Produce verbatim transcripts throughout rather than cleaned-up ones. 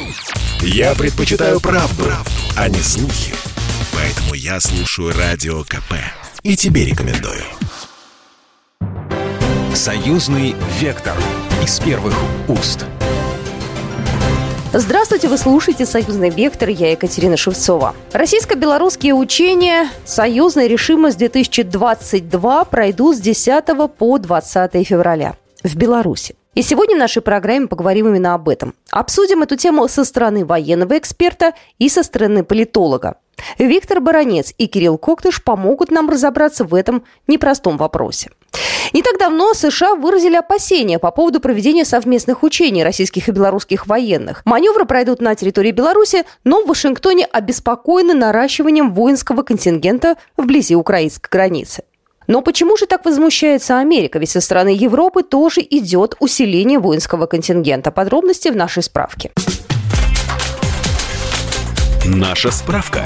Я предпочитаю правду, правду, а не слухи. Поэтому я слушаю Радио КП. И тебе рекомендую. Союзный вектор. Из первых уст. Здравствуйте, вы слушаете «Союзный вектор», я Екатерина Шевцова. Российско-белорусские учения «Союзная решимость-две тысячи двадцать два» пройдут с десятого по двадцатое февраля в Беларуси. И сегодня в нашей программе поговорим именно об этом. Обсудим эту тему со стороны военного эксперта и со стороны политолога. Виктор Баранец и Кирилл Коктыш помогут нам разобраться в этом непростом вопросе. Не так давно США выразили опасения по поводу проведения совместных учений российских и белорусских военных. Маневры пройдут на территории Беларуси, но в Вашингтоне обеспокоены наращиванием воинского контингента вблизи украинской границы. Но почему же так возмущается Америка? Ведь со стороны Европы тоже идет усиление воинского контингента. Подробности в нашей справке. Наша справка.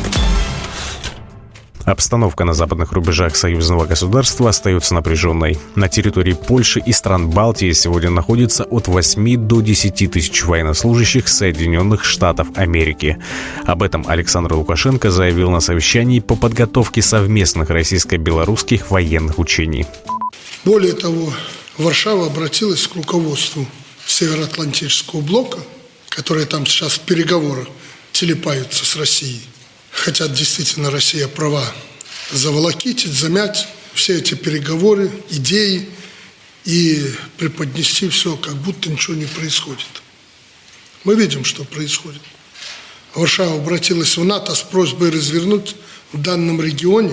Обстановка на западных рубежах союзного государства остается напряженной. На территории Польши и стран Балтии сегодня находится от восьми до десяти тысяч военнослужащих Соединенных Штатов Америки. Об этом Александр Лукашенко заявил на совещании по подготовке совместных российско-белорусских военных учений. Более того, Варшава обратилась к руководству Североатлантического блока, которые там сейчас в переговорах телепаются с Россией. Хотят действительно Россия права заволокитить, замять все эти переговоры, идеи и преподнести все, как будто ничего не происходит. Мы видим, что происходит. Варшава обратилась в НАТО с просьбой развернуть в данном регионе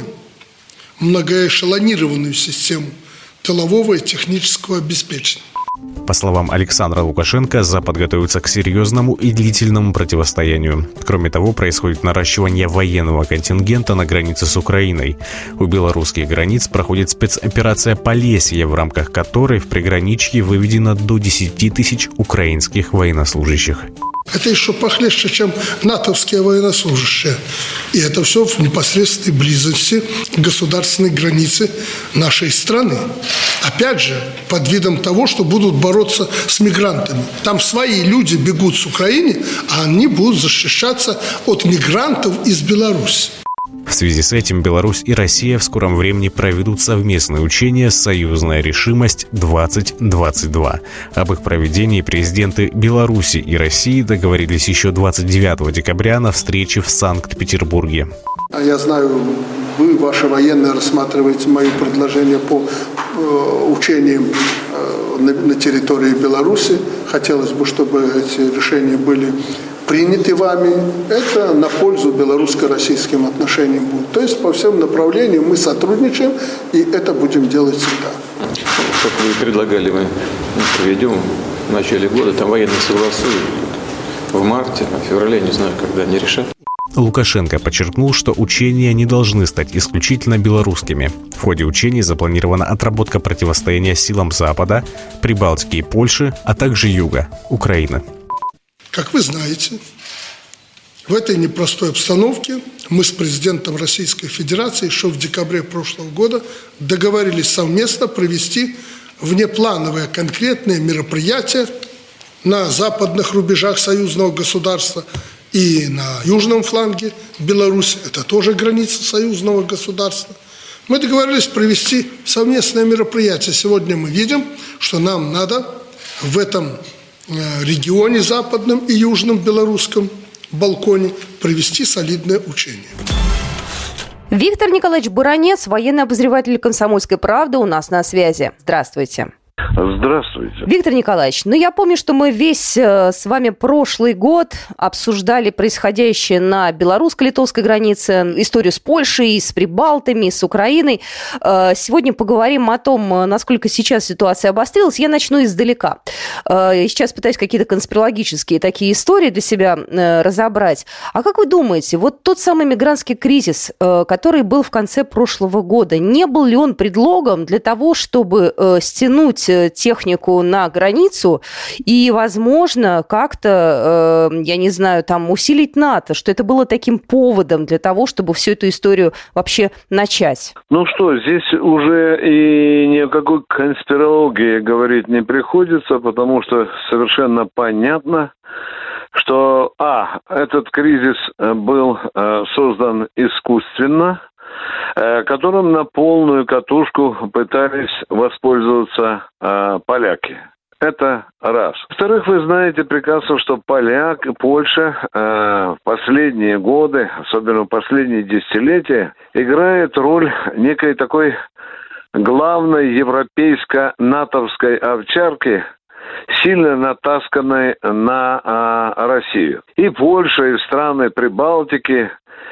многоэшелонированную систему тылового и технического обеспечения. По словам Александра Лукашенко, Запад готовится к серьезному и длительному противостоянию. Кроме того, происходит наращивание военного контингента на границе с Украиной. У белорусских границ проходит спецоперация «Полесье», в рамках которой в приграничье выведено до десяти тысяч украинских военнослужащих. Это еще похлеще, чем натовские военнослужащие. И это все в непосредственной близости к государственной границе нашей страны. Опять же, под видом того, что будут бороться с мигрантами. Там свои люди бегут с Украины, а они будут защищаться от мигрантов из Беларуси. В связи с этим Беларусь и Россия в скором времени проведут совместные учения «Союзная решимость-двадцать двадцать два». Об их проведении президенты Беларуси и России договорились еще двадцать девятого декабря на встрече в Санкт-Петербурге. Я знаю, вы, ваши военные, рассматриваете мои предложения по э, учениям э, на, на территории Беларуси. Хотелось бы, чтобы эти решения были приняты вами. Это на пользу белорусско-российским отношениям будет. То есть по всем направлениям мы сотрудничаем, и это будем делать всегда. Как вы предлагали, мы проведем в начале года, там военные согласуют в марте, а в феврале, не знаю, когда они решат. Лукашенко подчеркнул, что учения не должны стать исключительно белорусскими. В ходе учений запланирована отработка противостояния силам Запада, Прибалтики и Польши, а также Юга, Украины. Как вы знаете, в этой непростой обстановке мы с президентом Российской Федерации еще в декабре прошлого года договорились совместно провести внеплановые конкретные мероприятия на западных рубежах союзного государства и на южном фланге Беларуси. Это тоже граница союзного государства. Мы договорились провести совместное мероприятие. Сегодня мы видим, что нам надо в этом регионе западном и южном белорусском балконе провести солидное учение. Виктор Николаевич Баранец, военный обозреватель «Комсомольской правды», у нас на связи. Здравствуйте. Здравствуйте. Виктор Николаевич, ну я помню, что мы весь э, с вами прошлый год обсуждали происходящее на белорусско-литовской границе, историю с Польшей, с Прибалтами, с Украиной. Э, сегодня поговорим о том, насколько сейчас ситуация обострилась. Я начну издалека. Э, сейчас пытаюсь какие-то конспирологические такие истории для себя э, разобрать. А как вы думаете, вот тот самый мигрантский кризис, э, который был в конце прошлого года, не был ли он предлогом для того, чтобы э, стянуть технику на границу и, возможно, как-то, э, я не знаю, там усилить НАТО, что это было таким поводом для того, чтобы всю эту историю вообще начать? Ну что, здесь уже и ни о какой конспирологии говорить не приходится, потому что совершенно понятно, что, а, этот кризис был э, создан искусственно, э, которым на полную катушку пытались воспользоваться э, поляки. Это раз. Во-вторых, вы знаете прекрасно, что поляк, Польша э, в последние годы, особенно в последние десятилетия, играет роль некой такой главной европейско-натовской овчарки, сильно натасканной на э, Россию. И Польша, и страны Прибалтики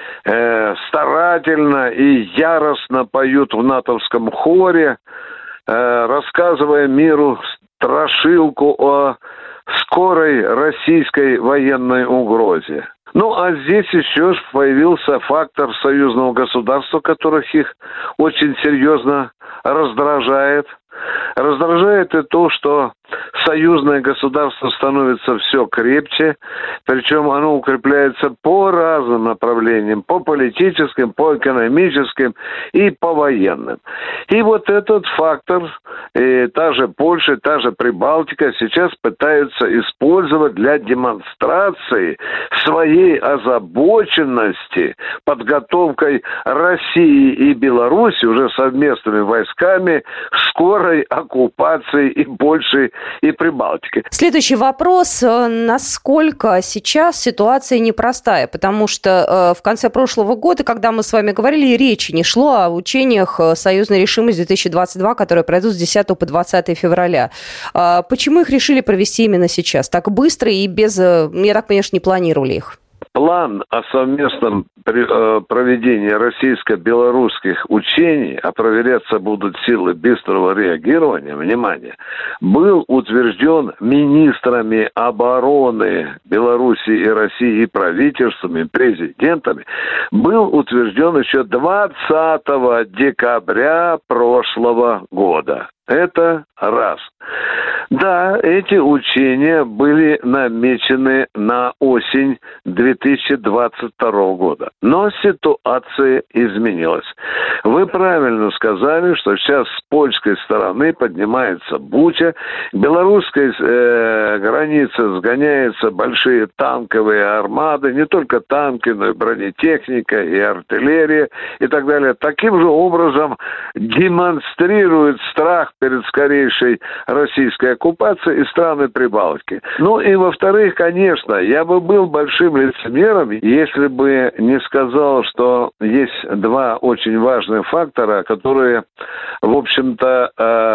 э, старательно и яростно поют в натовском хоре, э, рассказывая миру страшилку о скорой российской военной угрозе. Ну, а здесь еще появился фактор союзного государства, которых их очень серьезно раздражает. Раздражает и то, что союзное государство становится все крепче, причем оно укрепляется по разным направлениям, по политическим, по экономическим и по военным. И вот этот фактор, и та же Польша, та же Прибалтика сейчас пытаются использовать для демонстрации своей озабоченности подготовкой России и Беларуси уже совместными войсками скорой оккупации и Польши, и Прибалтики. Следующий вопрос. Насколько сейчас ситуация непростая? Потому что в конце прошлого года, когда мы с вами говорили, речи не шло о учениях «Союзная решимость две тысячи двадцать два», которые пройдут с десятого по двадцатое февраля. Почему их решили провести именно сейчас? Так быстро и без... Я так понимаю, что не планировали их. План о совместном проведении российско-белорусских учений, а проверяться будут силы быстрого реагирования, внимание, был утвержден министрами обороны Беларуси и России и правительствами, президентами, был утвержден еще двадцатого декабря прошлого года. Это раз. Да, эти учения были намечены на осень две тысячи двадцать второго года. Но ситуация изменилась. Вы правильно сказали, что сейчас с польской стороны поднимается буча. К белорусской э, границе сгоняются большие танковые армады. Не только танки, но и бронетехника, и артиллерия, и так далее. Таким же образом демонстрирует страх перед скорейшей российской оккупацией и страны Прибалтики. Ну и во-вторых, конечно, я бы был большим лицемером, если бы не сказал, что есть два очень важных фактора, которые, в общем-то,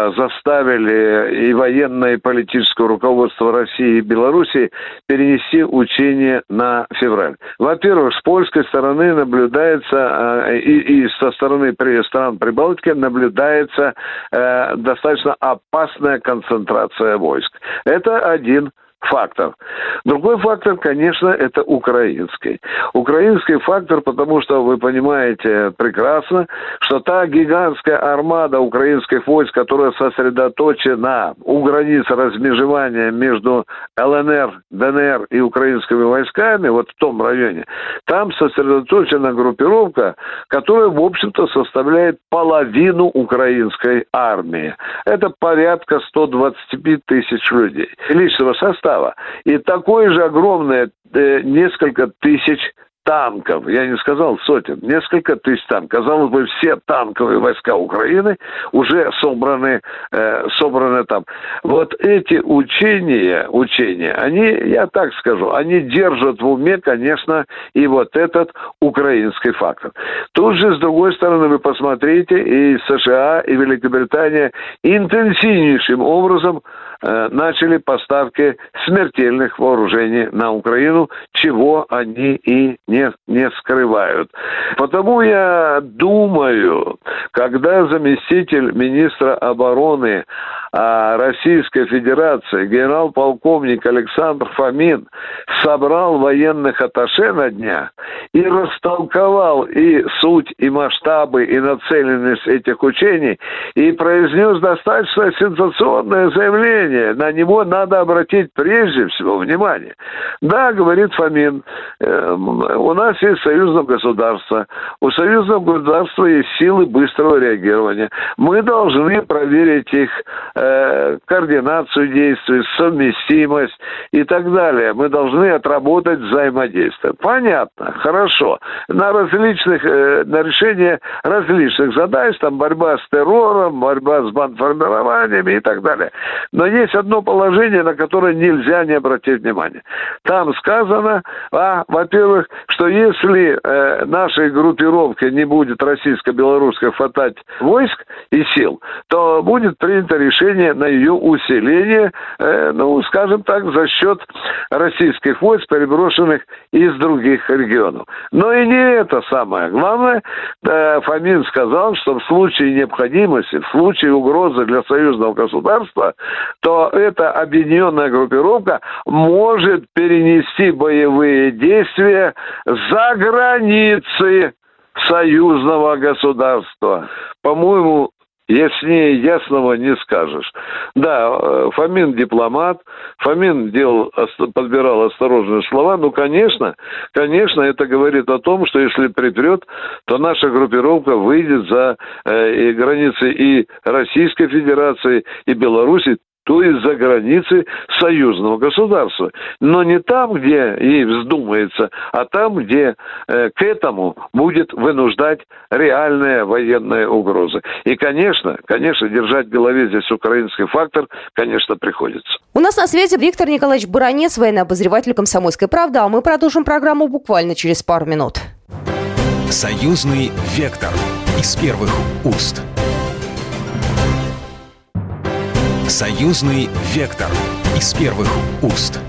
заставили и военное, и политическое руководство России и Беларуси перенести учения на февраль. Во-первых, с польской стороны наблюдается, и, и со стороны стран Прибалтики наблюдается достаточно опасная концентрация войск. Это один фактор. Другой фактор, конечно, это украинский. Украинский фактор, потому что вы понимаете прекрасно, что та гигантская армада украинских войск, которая сосредоточена у границ размежевания между ЛНР, ДНР и украинскими войсками, вот в том районе, там сосредоточена группировка, которая, в общем-то, составляет половину украинской армии. Это порядка сто двадцать пять тысяч людей личного состава. И такое же огромное э, несколько тысяч танков, я не сказал сотен, несколько тысяч танков. Казалось бы, все танковые войска Украины уже собраны, э, собраны там. Вот эти учения, учения, они, я так скажу, они держат в уме, конечно, и вот этот украинский фактор. Тут же, с другой стороны, вы посмотрите, и США, и Великобритания интенсивнейшим образом э, начали поставки смертельных вооружений на Украину, чего они и не, не скрывают. Потому я думаю, когда заместитель министра обороны а, Российской Федерации, генерал-полковник Александр Фомин, собрал военных атташе на днях и растолковал и суть, и масштабы, и нацеленность этих учений, и произнес достаточно сенсационное заявление. реагирования, на него надо обратить прежде всего внимание. Да, говорит Фомин, э, у нас есть союзное государство. У союзного государства есть силы быстрого реагирования. Мы должны проверить их э, координацию действий, совместимость и так далее. Мы должны отработать взаимодействие. Понятно, хорошо. На различных, э, на решение различных задач, там борьба с террором, борьба с бандформированиями и так далее. Но есть одно положение, на которое нельзя не обратить внимание. Там сказано, а, во-первых, что если э, нашей группировке не будет российско-белорусской хватать войск и сил, то будет принято решение на ее усиление, э, ну, скажем так, за счет российских войск, переброшенных из других регионов. Но и не это самое главное. Э, Фомин сказал, что в случае необходимости, в случае угрозы для союзного государства, то эта объединенная группировка может перенести боевые действия за границы союзного государства. По-моему, яснее ясного не скажешь. Да, Фомин дипломат, Фомин делал, подбирал осторожные слова. Ну, конечно, конечно, это говорит о том, что если припрет, то наша группировка выйдет за э, границы и Российской Федерации, и Беларуси, то есть за границы союзного государства. Но не там, где ей вздумается, а там, где э, к этому будет вынуждать реальная военная угроза. И, конечно, конечно, держать в голове здесь украинский фактор, конечно, приходится. У нас на связи Виктор Николаевич Баранец, военный обозреватель «Комсомольской правды», а мы продолжим программу буквально через пару минут. Союзный вектор из первых уст. Союзный вектор из первых уст.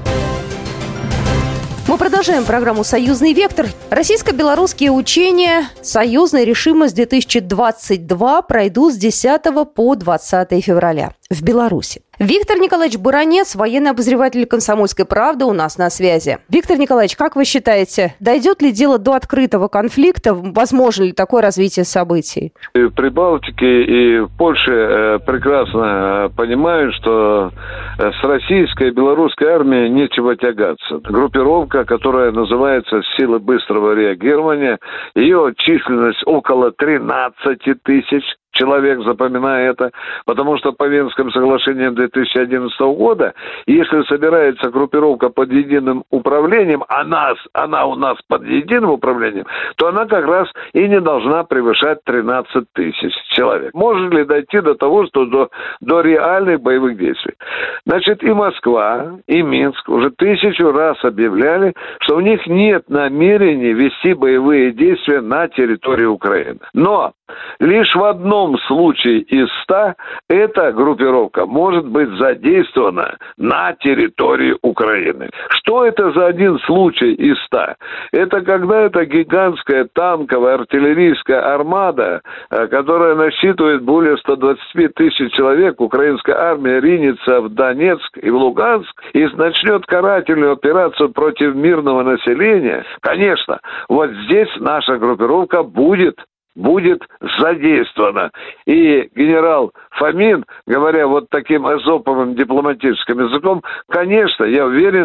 Мы продолжаем программу «Союзный вектор». Российско-белорусские учения «Союзная решимость-две тысячи двадцать два» пройдут с десятого по двадцатое февраля в Беларуси. Виктор Николаевич Баранец, военный обозреватель «Комсомольской правды», у нас на связи. Виктор Николаевич, как вы считаете, дойдет ли дело до открытого конфликта? Возможно ли такое развитие событий? И в Прибалтике и в Польше э, прекрасно понимают, что с российской и белорусской армией нечего тягаться. Группировка, которая называется «Силы быстрого реагирования», ее численность около тринадцати тысяч человек, запоминая это, потому что по Венским соглашениям две тысячи одиннадцатого года, если собирается группировка под единым управлением, а нас, она у нас под единым управлением, то она как раз и не должна превышать тринадцать тысяч человек. Может ли дойти до того, что до, до реальных боевых действий? Значит, и Москва, и Минск уже тысячу раз объявляли, что у них нет намерения вести боевые действия на территории Украины. Но лишь в одном случае из ста эта группировка может быть задействована на территории Украины. Что это за один случай из ста? Это когда эта гигантская танковая артиллерийская армада, которая насчитывает более ста двадцати тысяч человек, украинская армия ринется в Донецк и в Луганск и начнет карательную операцию против мирного населения. Конечно, вот здесь наша группировка будет будет задействована. И генерал Фомин, говоря вот таким эзоповым дипломатическим языком, конечно, я уверен,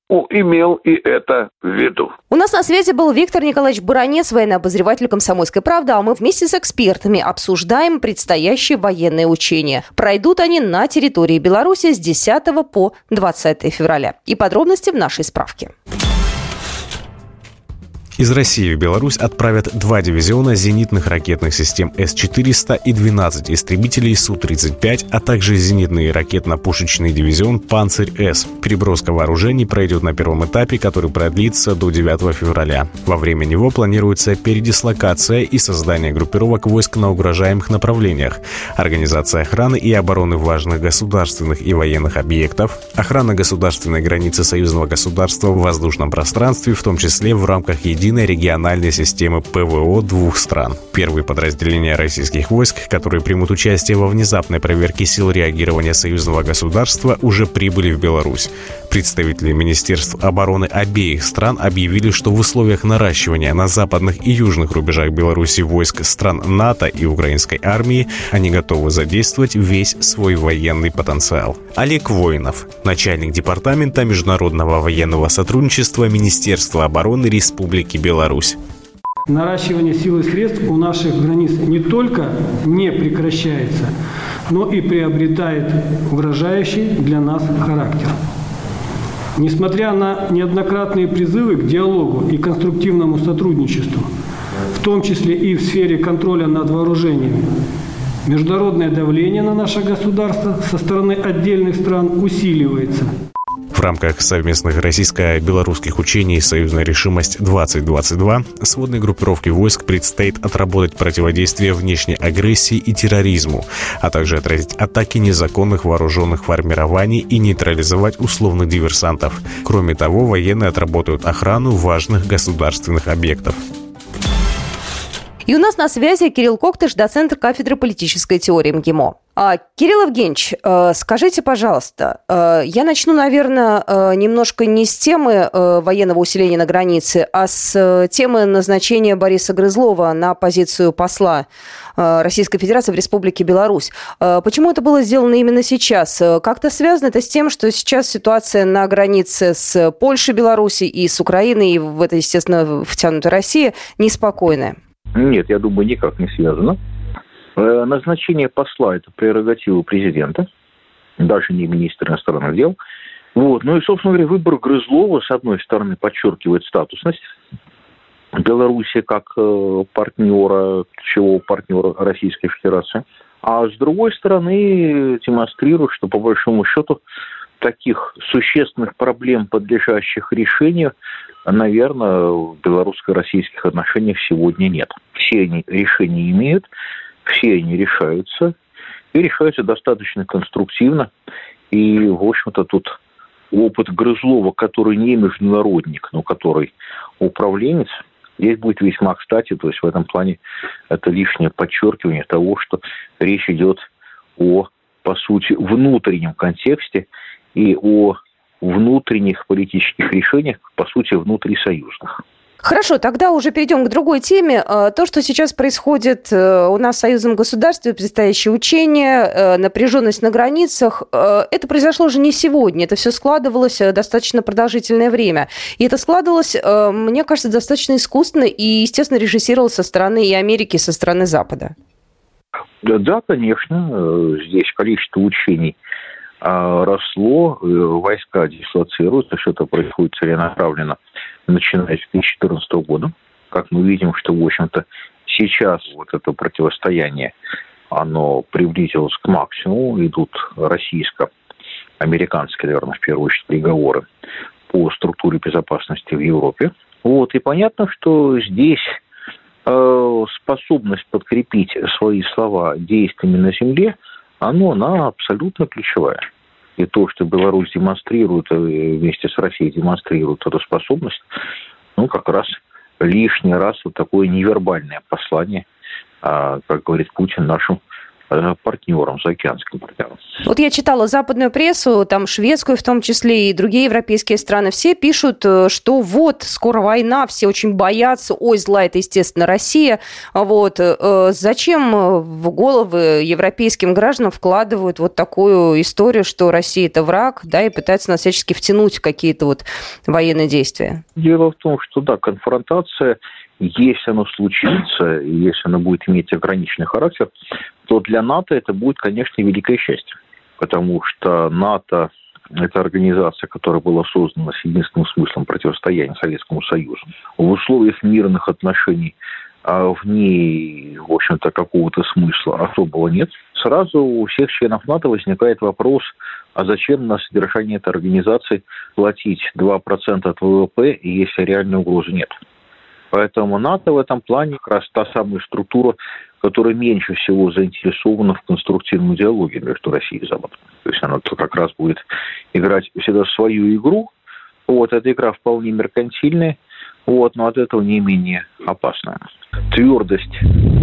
имел и это в виду. У нас на связи был Виктор Николаевич Баранец, военный обозреватель «Комсомольской правды», а мы вместе с экспертами обсуждаем предстоящие военные учения. Пройдут они на территории Беларуси с десятого по двадцатое февраля. И подробности в нашей справке. Из России в Беларусь отправят два дивизиона зенитных ракетных систем эс четыреста и двенадцать истребителей Су тридцать пять, а также зенитный ракетно-пушечный дивизион «Панцирь-С». Переброска вооружений пройдет на первом этапе, который продлится до девятого февраля. Во время него планируется передислокация и создание группировок войск на угрожаемых направлениях, организация охраны и обороны важных государственных и военных объектов, охрана государственной границы союзного государства в воздушном пространстве, в том числе в рамках единого региональной системы ПВО двух стран. Первые подразделения российских войск, которые примут участие во внезапной проверке сил реагирования союзного государства, уже прибыли в Беларусь. Представители министерств обороны обеих стран объявили, что в условиях наращивания на западных и южных рубежах Беларуси войск стран НАТО и украинской армии они готовы задействовать весь свой военный потенциал. Олег Воинов, начальник департамента международного военного сотрудничества Министерства обороны Республики Беларусь. Наращивание сил и средств у наших границ не только не прекращается, но и приобретает угрожающий для нас характер. Несмотря на неоднократные призывы к диалогу и конструктивному сотрудничеству, в том числе и в сфере контроля над вооружениями, международное давление на наше государство со стороны отдельных стран усиливается. В рамках совместных российско-белорусских учений «Союзная решимость-двадцать двадцать два» сводной группировке войск предстоит отработать противодействие внешней агрессии и терроризму, а также отразить атаки незаконных вооруженных формирований и нейтрализовать условных диверсантов. Кроме того, военные отработают охрану важных государственных объектов. И у нас на связи Кирилл Коктыш, доцент кафедры политической теории МГИМО. А, Кирилл Евгеньевич, скажите, пожалуйста, я начну, наверное, немножко не с темы военного усиления на границе, а с темы назначения Бориса Грызлова на позицию посла Российской Федерации в Республике Беларусь. Почему это было сделано именно сейчас? Как-то связано это с тем, что сейчас ситуация на границе с Польшей, Беларусью и с Украиной, и в это, естественно, втянута Россия, неспокойная? Нет, я думаю, никак не связано. Назначение посла – это прерогатива президента, даже не министра иностранных дел. Вот. Ну и, собственно говоря, выбор Грызлова, с одной стороны, подчеркивает статусность Беларуси как партнера, ключевого партнера Российской Федерации, а с другой стороны, демонстрирует, что, по большому счету, таких существенных проблем, подлежащих решению, наверное, в белорусско-российских отношениях сегодня нет. Все они решения имеют, все они решаются, и решаются достаточно конструктивно. И, в общем-то, тут опыт Грызлова, который не международник, но который управленец, здесь будет весьма кстати. То есть в этом плане это лишнее подчеркивание того, что речь идет о, по сути, внутреннем контексте и о внутренних политических решениях, по сути, внутрисоюзных. Хорошо, тогда уже перейдем к другой теме. То, что сейчас происходит у нас в союзном государстве, предстоящие учения, напряженность на границах, это произошло же не сегодня. Это все складывалось достаточно продолжительное время. И это складывалось, мне кажется, достаточно искусственно и, естественно, режиссировалось со стороны и Америки, и со стороны Запада. Да, конечно. Здесь количество учений росло, войска дислоцируются, все это происходит целенаправленно, начиная с две тысячи четырнадцатого года. Как мы видим, что, в общем-то, сейчас вот это противостояние, оно приблизилось к максимуму, идут российско-американские, наверное, в первую очередь, переговоры по структуре безопасности в Европе. Вот, и понятно, что здесь э, способность подкрепить свои слова действиями на земле, оно, она абсолютно ключевая. И то, что Беларусь демонстрирует, вместе с Россией демонстрирует эту способность, ну, как раз лишний раз вот такое невербальное послание, как говорит Путин, нашим партнерам, заокеанским партнерам. Вот я читала западную прессу, там шведскую в том числе, и другие европейские страны. Все пишут, что вот, скоро война, все очень боятся. Ой, зла, это, естественно, Россия. Вот. Зачем в головы европейским гражданам вкладывают вот такую историю, что Россия – это враг, да, и пытаются нас всячески втянуть в какие-то вот военные действия? Дело в том, что, да, конфронтация, если оно случится, если оно будет иметь ограниченный характер, то для НАТО это будет, конечно, великое счастье. Потому что НАТО – это организация, которая была создана с единственным смыслом противостояния Советскому Союзу. В условиях мирных отношений а в ней, в общем-то, какого-то смысла особого нет. Сразу у всех членов НАТО возникает вопрос, а зачем на содержание этой организации платить два процента от ВВП, если реальной угрозы нет? Поэтому НАТО в этом плане как раз та самая структура, которая меньше всего заинтересована в конструктивном диалоге между Россией и Западом. То есть она как раз будет играть всегда свою игру. Вот, эта игра вполне меркантильная, вот, но от этого не менее опасная. Твердость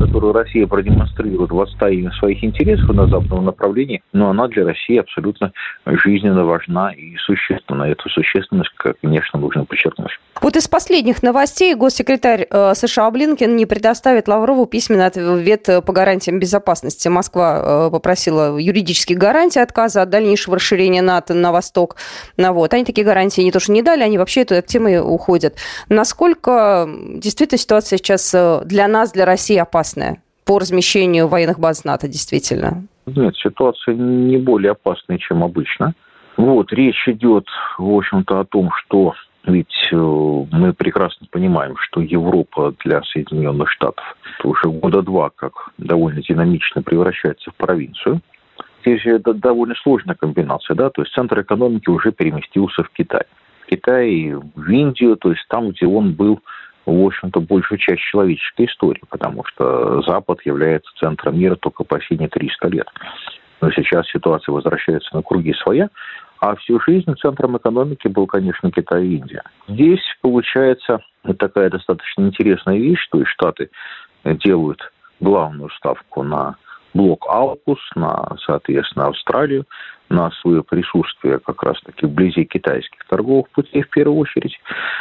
которую Россия продемонстрирует в отстаивании своих интересов на западном направлении, но она для России абсолютно жизненно важна и существенна. Эту существенность, конечно, нужно подчеркнуть. Вот из последних новостей госсекретарь США Блинкен не предоставит Лаврову письменный ответ по гарантиям безопасности. Москва попросила юридических гарантий отказа от дальнейшего расширения НАТО на восток. Вот. Они такие гарантии не то что не дали, они вообще от темы уходят. Насколько действительно ситуация сейчас для нас, для России опасная по размещению военных баз НАТО действительно? Нет, ситуация не более опасная, чем обычно. Вот, речь идет, в общем-то, о том, что ведь э, мы прекрасно понимаем, что Европа для Соединенных Штатов уже года два как довольно динамично превращается в провинцию. Здесь это довольно сложная комбинация, да, то есть центр экономики уже переместился в Китай. В Китай, в Индию, то есть там, где он был, в общем-то, большую часть человеческой истории, потому что Запад является центром мира только последние триста лет. Но сейчас ситуация возвращается на круги своя, а всю жизнь центром экономики был, конечно, Китай и Индия. Здесь получается такая достаточно интересная вещь, то есть Штаты делают главную ставку на блок Аукус, на, соответственно, Австралию, на свое присутствие как раз-таки вблизи китайских торговых путей в первую очередь.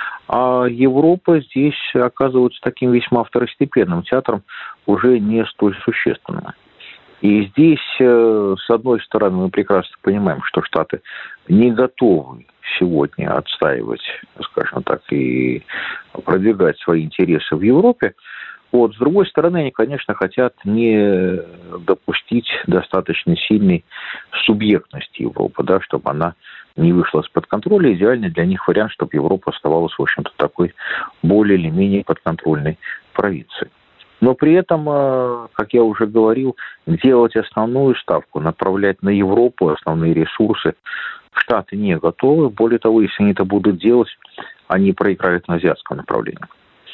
А Европа здесь оказывается таким весьма второстепенным театром, уже не столь существенным. И здесь, с одной стороны, мы прекрасно понимаем, что Штаты не готовы сегодня отстаивать, скажем так, и продвигать свои интересы в Европе. Вот. С другой стороны, они, конечно, хотят не допустить достаточно сильной субъектности Европы, да, чтобы она не вышла из-под контроля. Идеальный для них вариант, чтобы Европа оставалась, в общем-то, такой более или менее подконтрольной провинцией. Но при этом, как я уже говорил, делать основную ставку, направлять на Европу основные ресурсы Штаты не готовы. Более того, если они это будут делать, они проиграют на азиатском направлении.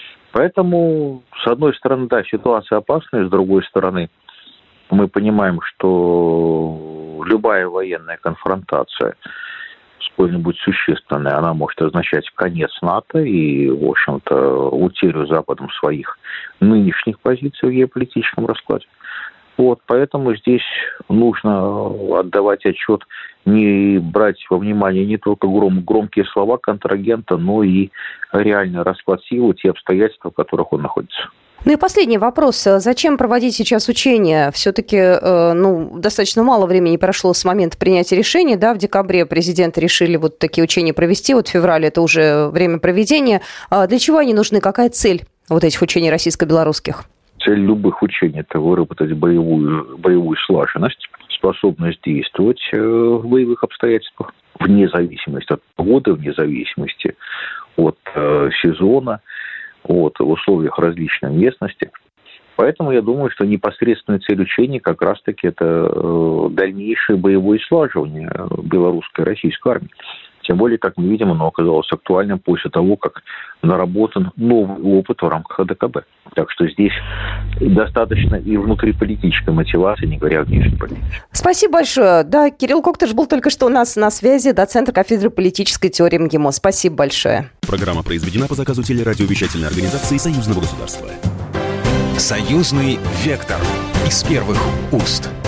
Поэтому, с одной стороны, да, ситуация опасная, с другой стороны, мы понимаем, что любая военная конфронтация, сколь-нибудь существенная, она может означать конец НАТО и, в общем-то, утерю Западом своих нынешних позиций в геополитическом раскладе. Вот, поэтому здесь нужно отдавать отчет, не брать во внимание не только гром, громкие слова контрагента, но и реальный расклад сил, те обстоятельства, в которых он находится. Ну и последний вопрос. Зачем проводить сейчас учения? Все-таки ну, достаточно мало времени прошло с момента принятия решения. Да, в декабре президенты решили вот такие учения провести. Вот в феврале это уже время проведения. Для чего они нужны? Какая цель вот этих учений российско-белорусских? Цель любых учений – это выработать боевую, боевую слаженность, способность действовать в боевых обстоятельствах, вне зависимости от погоды, вне зависимости от э, сезона, вот, в условиях различной местности. Поэтому я думаю, что непосредственная цель учений как раз-таки это э, дальнейшее боевое слаживание белорусской и российской армии. Тем более, как мы видим, оно оказалось актуальным после того, как наработан новый опыт в рамках АДКБ. Так что здесь достаточно и внутриполитической мотивации, не говоря о внешнеполитической. Спасибо большое. Да, Кирилл Коктыш был только что у нас на связи, доцент кафедры политической теории МГИМО. Спасибо большое. Программа произведена по заказу телерадиовещательной организации Союзного государства. Союзный вектор из первых уст.